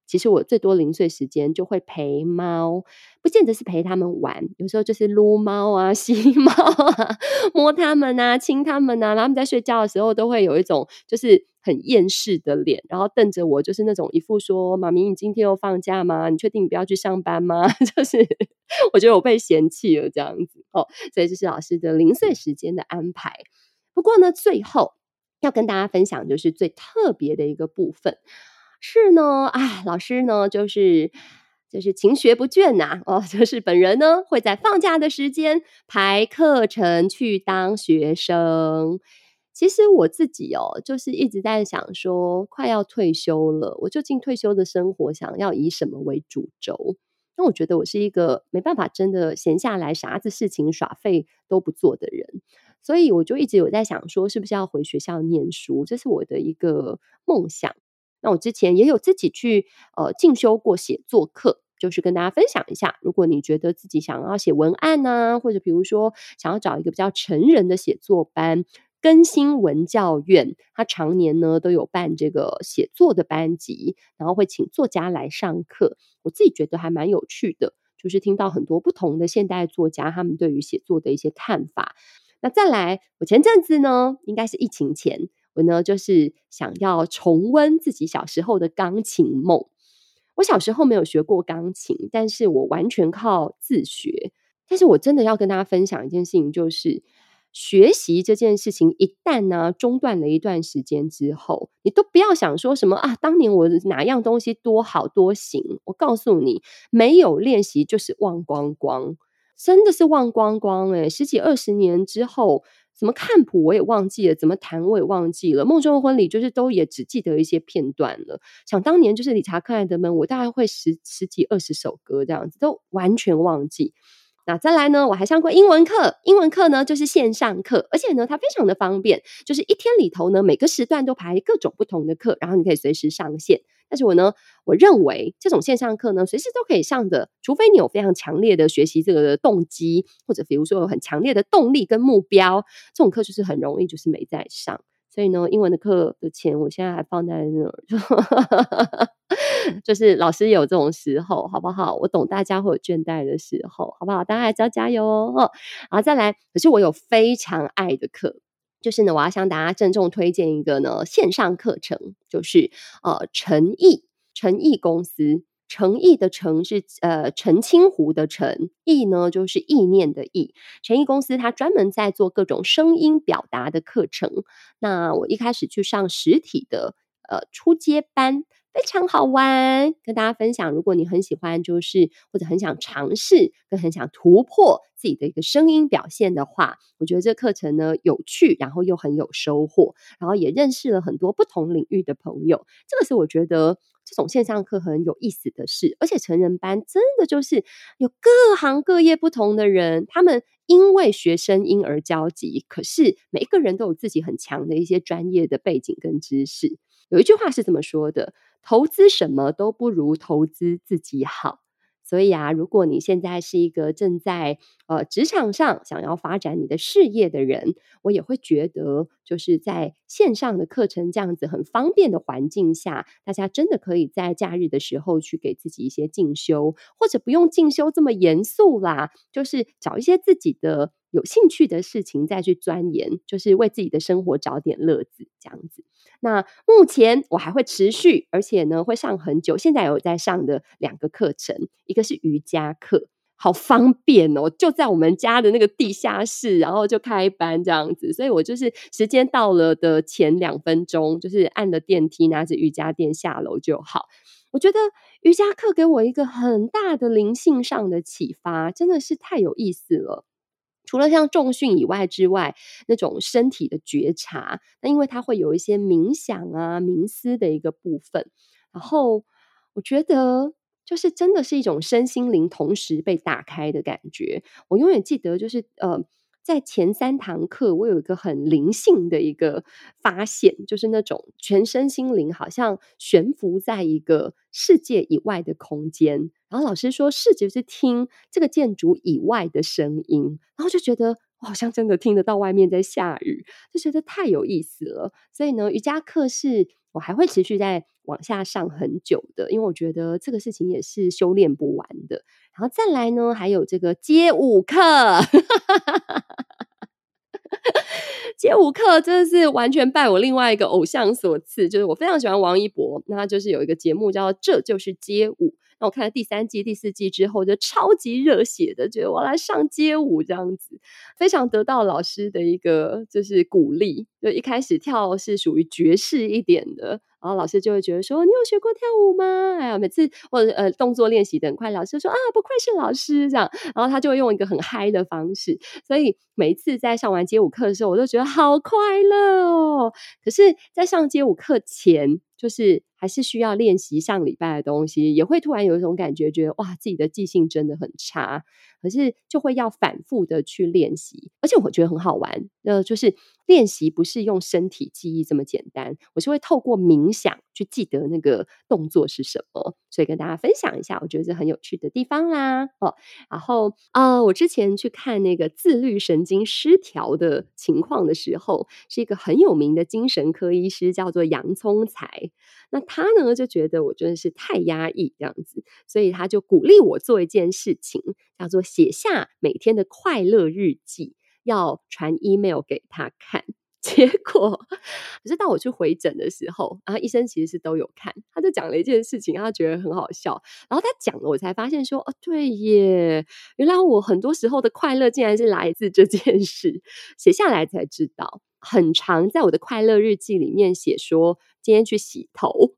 其实我最多零碎时间就会陪猫，不见得是陪它们玩，有时候就是撸猫啊、吸猫啊、摸它们啊、亲它们啊，然后它们在睡觉的时候都会有一种就是很厌世的脸，然后瞪着我，就是那种一副说：“妈咪，你今天又放假吗？你确定你不要去上班吗？”就是我觉得我被嫌弃了这样子，哦，所以这是老师的零碎时间的安排。不过呢，最后要跟大家分享就是最特别的一个部分，是呢，哎，老师呢就是就是勤学不倦呐、哦，就是本人呢会在放假的时间排课程去当学生。其实我自己哦，就是一直在想说，快要退休了，我究竟退休的生活想要以什么为主轴？那我觉得我是一个没办法真的闲下来啥子事情耍废都不做的人，所以我就一直有在想说，是不是要回学校念书，这是我的一个梦想。那我之前也有自己去呃进修过写作课，就是跟大家分享一下，如果你觉得自己想要写文案呐、或者比如说想要找一个比较成人的写作班。更新文教院，它常年呢都有办这个写作的班级，然后会请作家来上课。我自己觉得还蛮有趣的，就是听到很多不同的现代作家他们对于写作的一些看法。那再来，我前阵子呢，应该是疫情前，我呢就是想要重温自己小时候的钢琴梦。我小时候没有学过钢琴，但是我完全靠自学。但是我真的要跟大家分享一件事情，就是学习这件事情一旦呢中断了一段时间之后，你都不要想说什么啊，当年我哪样东西多好多行。我告诉你，没有练习就是忘光光，真的是忘光光诶、十几二十年之后，怎么看谱我也忘记了，怎么弹我也忘记了，梦中的婚礼就是都也只记得一些片段了。想当年就是理查克莱德门，我大概会十十几二十首歌这样子，都完全忘记。那再来呢，我还上过英文课，英文课呢就是线上课，而且呢它非常的方便，就是一天里头呢每个时段都排各种不同的课，然后你可以随时上线。但是我呢，我认为这种线上课呢随时都可以上的，除非你有非常强烈的学习这个的动机，或者比如说有很强烈的动力跟目标，这种课就是很容易就是没在上。所以呢，英文的课的钱我现在还放在那儿，就是老师也有这种时候，好不好？我懂大家会有倦怠的时候，好不好？大家还是要加油哦。哦然后再来，可是我有非常爱的课，就是呢，我要向大家郑重推荐一个呢线上课程，就是呃诚毅诚毅公司。诚毅的诚是呃澄清湖的澄，意呢就是意念的意。诚毅公司它专门在做各种声音表达的课程。那我一开始去上实体的呃初阶班，非常好玩，跟大家分享。如果你很喜欢，就是或者很想尝试，跟很想突破自己的一个声音表现的话，我觉得这课程呢有趣，然后又很有收获，然后也认识了很多不同领域的朋友。这个是我觉得这种线上课很有意思的事，而且成人班真的就是有各行各业不同的人，他们因为学声音而交集，可是每一个人都有自己很强的一些专业的背景跟知识。有一句话是这么说的：投资什么都不如投资自己好。所以啊，如果你现在是一个正在呃职场上想要发展你的事业的人，我也会觉得，就是在线上的课程这样子很方便的环境下，大家真的可以在假日的时候去给自己一些进修，或者不用进修这么严肃啦，就是找一些自己的有兴趣的事情再去钻研，就是为自己的生活找点乐子这样子。那目前我还会持续，而且呢会上很久。现在有在上的两个课程，一个是瑜伽课，好方便哦，就在我们家的那个地下室，然后就开班这样子。所以我就是时间到了的前两分钟，就是按了电梯，拿着瑜伽垫下楼就好。我觉得瑜伽课给我一个很大的灵性上的启发，真的是太有意思了。除了像重训以外之外，那种身体的觉察，那因为它会有一些冥想啊、冥思的一个部分，然后我觉得就是真的是一种身心灵同时被打开的感觉。我永远记得就是呃。在前三堂课，我有一个很灵性的一个发现，就是那种全身心灵好像悬浮在一个世界以外的空间。然后老师说，视觉是听这个建筑以外的声音，然后就觉得我好像真的听得到外面在下雨，就觉得太有意思了。所以呢，瑜伽课是我还会持续在往下上很久的，因为我觉得这个事情也是修炼不完的。然后再来呢，还有这个街舞课。街舞课真的是完全拜我另外一个偶像所赐，就是我非常喜欢王一博，那他就是有一个节目叫这就是街舞，那我看了第三季第四季之后就超级热血的，觉得我要来上街舞这样子，非常得到老师的一个就是鼓励，就一开始跳是属于爵士一点的，然后老师就会觉得说你有学过跳舞吗？哎呀，每次或者呃动作练习的很快，老师说啊不愧是老师这样，然后他就会用一个很嗨的方式，所以每一次在上完街舞课的时候，我都觉得好快乐哦。可是在上街舞课前，就是还是需要练习上礼拜的东西，也会突然有一种感觉，觉得哇自己的记性真的很差，可是就会要反复的去练习，而且我觉得很好玩，呃，就是练习不是用身体记忆这么简单，我是会透过冥想去记得那个动作是什么，所以跟大家分享一下，我觉得这很有趣的地方啦。哦，然后呃，我之前去看那个自律神经失调的情况的时候，是一个很有名的精神科医师，叫做洋葱才。那他呢就觉得我真的是太压抑这样子，所以他就鼓励我做一件事情，叫做写下每天的快乐日记，要传 email 给他看。结果可是当我去回诊的时候，然后医生其实是都有看，他就讲了一件事情，他觉得很好笑，然后他讲了我才发现说哦对耶，原来我很多时候的快乐竟然是来自这件事，写下来才知道，很常在我的快乐日记里面写说今天去洗头。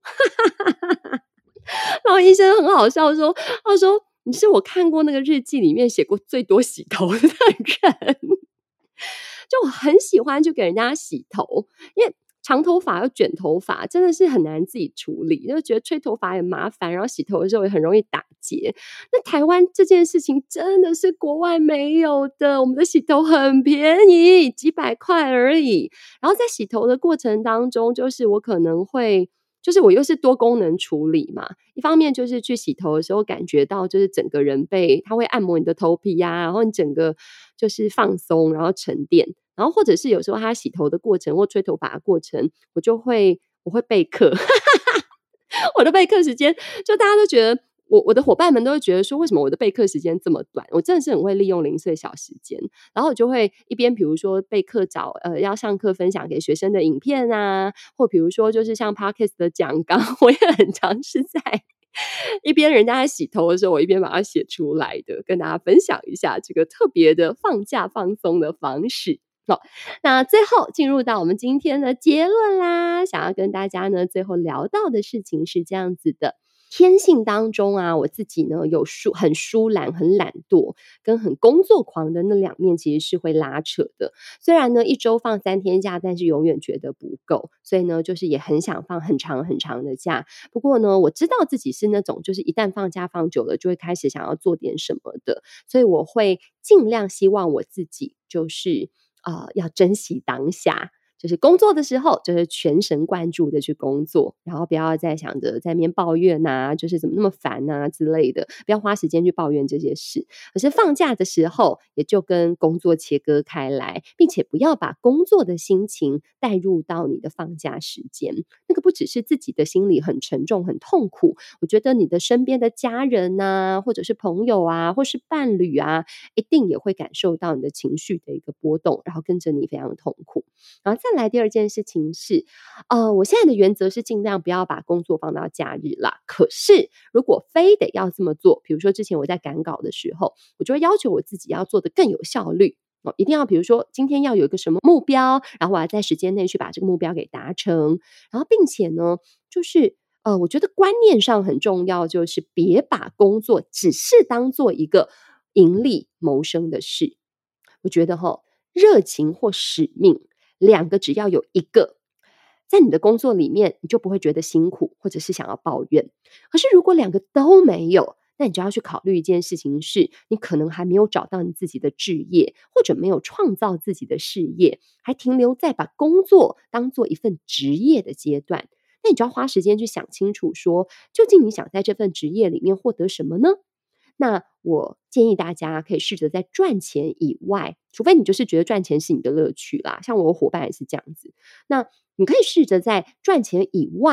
然后医生很好笑说，他说你是我看过那个日记里面写过最多洗头的人。就我很喜欢去给人家洗头，因为长头发又卷头发真的是很难自己处理，就觉得吹头发也麻烦，然后洗头的时候也很容易打结。那台湾这件事情真的是国外没有的，我们的洗头很便宜，几百块而已。然后在洗头的过程当中，就是我可能会就是我又是多功能处理嘛，一方面就是去洗头的时候感觉到就是整个人被它会按摩你的头皮啊，然后你整个就是放松，然后沉淀，然后或者是有时候他洗头的过程或吹头发的过程，我就会我会备课。我的备课时间就大家都觉得我我的伙伴们都会觉得说为什么我的备课时间这么短，我真的是很会利用零碎小时间，然后我就会一边比如说备课找呃要上课分享给学生的影片啊，或比如说就是像 Podcast 的讲纲，我也很常是在一边人家在洗头的时候，我一边把它写出来的，跟大家分享一下这个特别的放假放松的方式。好，那最后进入到我们今天的结论啦，想要跟大家呢最后聊到的事情是这样子的，天性当中啊，我自己呢有疏很疏懒、很懒惰跟很工作狂的那两面其实是会拉扯的。虽然呢一周放三天假，但是永远觉得不够，所以呢就是也很想放很长很长的假。不过呢我知道自己是那种就是一旦放假放久了就会开始想要做点什么的，所以我会尽量希望我自己就是呃要珍惜当下。就是工作的时候就是全神贯注的去工作，然后不要再想着在那边抱怨啊，就是怎么那么烦啊之类的，不要花时间去抱怨这些事。可是放假的时候也就跟工作切割开来，并且不要把工作的心情带入到你的放假时间，那个不只是自己的心里很沉重很痛苦，我觉得你的身边的家人啊，或者是朋友啊，或是伴侣啊，一定也会感受到你的情绪的一个波动，然后跟着你非常痛苦。然后再来第二件事情是呃，我现在的原则是尽量不要把工作放到假日啦，可是如果非得要这么做，比如说之前我在赶稿的时候，我就会要求我自己要做得更有效率，哦，一定要比如说今天要有一个什么目标，然后我要在时间内去把这个目标给达成，然后并且呢就是呃，我觉得观念上很重要，就是别把工作只是当做一个盈利谋生的事。我觉得齁，热情或使命两个只要有一个在你的工作里面，你就不会觉得辛苦或者是想要抱怨。可是如果两个都没有，那你就要去考虑一件事情是，你可能还没有找到你自己的志业，或者没有创造自己的事业，还停留在把工作当做一份职业的阶段。那你就要花时间去想清楚说，究竟你想在这份职业里面获得什么呢？那我建议大家可以试着在赚钱以外，除非你就是觉得赚钱是你的乐趣啦，像我伙伴也是这样子，那你可以试着在赚钱以外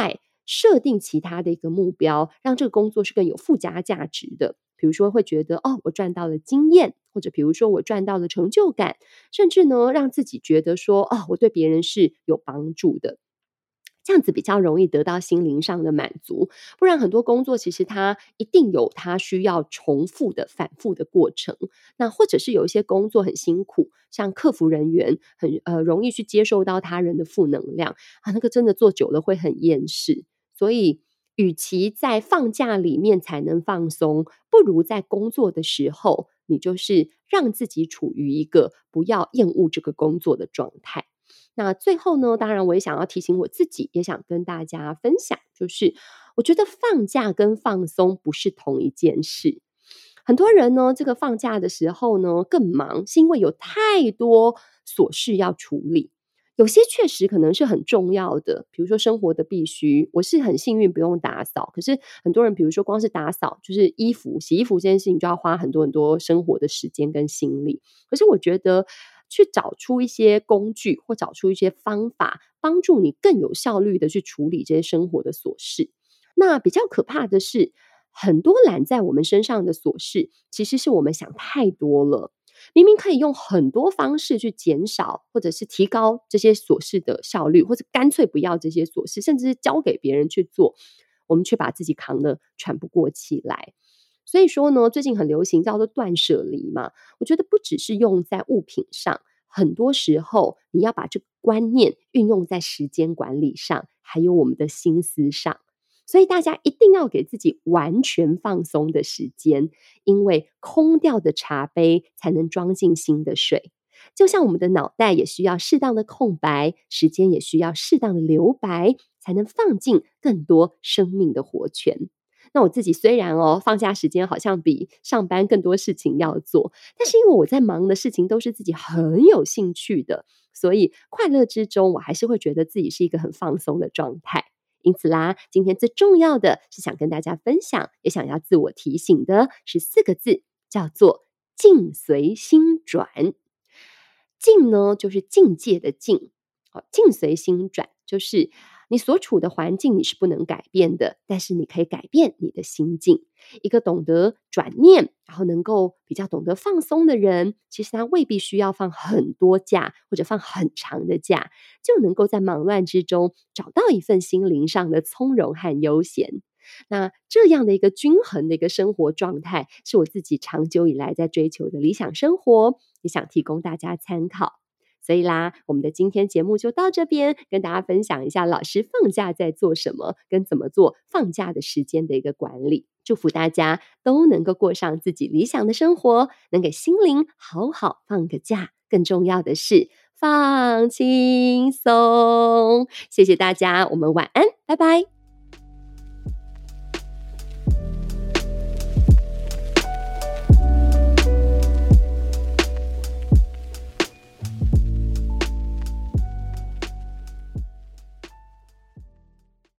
设定其他的一个目标，让这个工作是更有附加价值的。比如说会觉得哦，我赚到了经验，或者比如说我赚到了成就感，甚至呢让自己觉得说哦，我对别人是有帮助的。这样子比较容易得到心灵上的满足，不然很多工作其实它一定有它需要重复的反复的过程。那或者是有一些工作很辛苦，像客服人员很呃容易去接受到他人的负能量啊，那个真的做久了会很厌世。所以与其在放假里面才能放松，不如在工作的时候，你就是让自己处于一个不要厌恶这个工作的状态。那最后呢，当然我也想要提醒我自己，也想跟大家分享，就是我觉得放假跟放松不是同一件事。很多人呢，这个放假的时候呢更忙，是因为有太多琐事要处理。有些确实可能是很重要的，比如说生活的必须，我是很幸运不用打扫。可是很多人比如说光是打扫，就是衣服洗衣服这件事情就要花很多很多生活的时间跟心力。可是我觉得去找出一些工具或找出一些方法，帮助你更有效率的去处理这些生活的琐事。那比较可怕的是，很多揽在我们身上的琐事，其实是我们想太多了。明明可以用很多方式去减少或者是提高这些琐事的效率，或者干脆不要这些琐事，甚至是交给别人去做，我们却把自己扛得喘不过气来。所以说呢，最近很流行叫做断舍离嘛，我觉得不只是用在物品上，很多时候你要把这个观念运用在时间管理上，还有我们的心思上。所以大家一定要给自己完全放松的时间，因为空掉的茶杯才能装进新的水。就像我们的脑袋也需要适当的空白，时间也需要适当的留白，才能放进更多生命的活泉。那我自己虽然哦，放假时间好像比上班更多事情要做，但是因为我在忙的事情都是自己很有兴趣的，所以快乐之中我还是会觉得自己是一个很放松的状态。因此啦，今天最重要的是想跟大家分享，也想要自我提醒的是四个字，叫做境随心转。境呢，就是境界的境，好，境随心转，就是你所处的环境你是不能改变的，但是你可以改变你的心境。一个懂得转念，然后能够比较懂得放松的人，其实他未必需要放很多假，或者放很长的假，就能够在忙乱之中找到一份心灵上的从容和悠闲。那这样的一个均衡的一个生活状态，是我自己长久以来在追求的理想生活，也想提供大家参考。所以啦，我们的今天节目就到这边，跟大家分享一下老师放假在做什么，跟怎么做放假的时间的一个管理。祝福大家都能够过上自己理想的生活，能给心灵好好放个假。更重要的是，放轻松。谢谢大家，我们晚安，拜拜。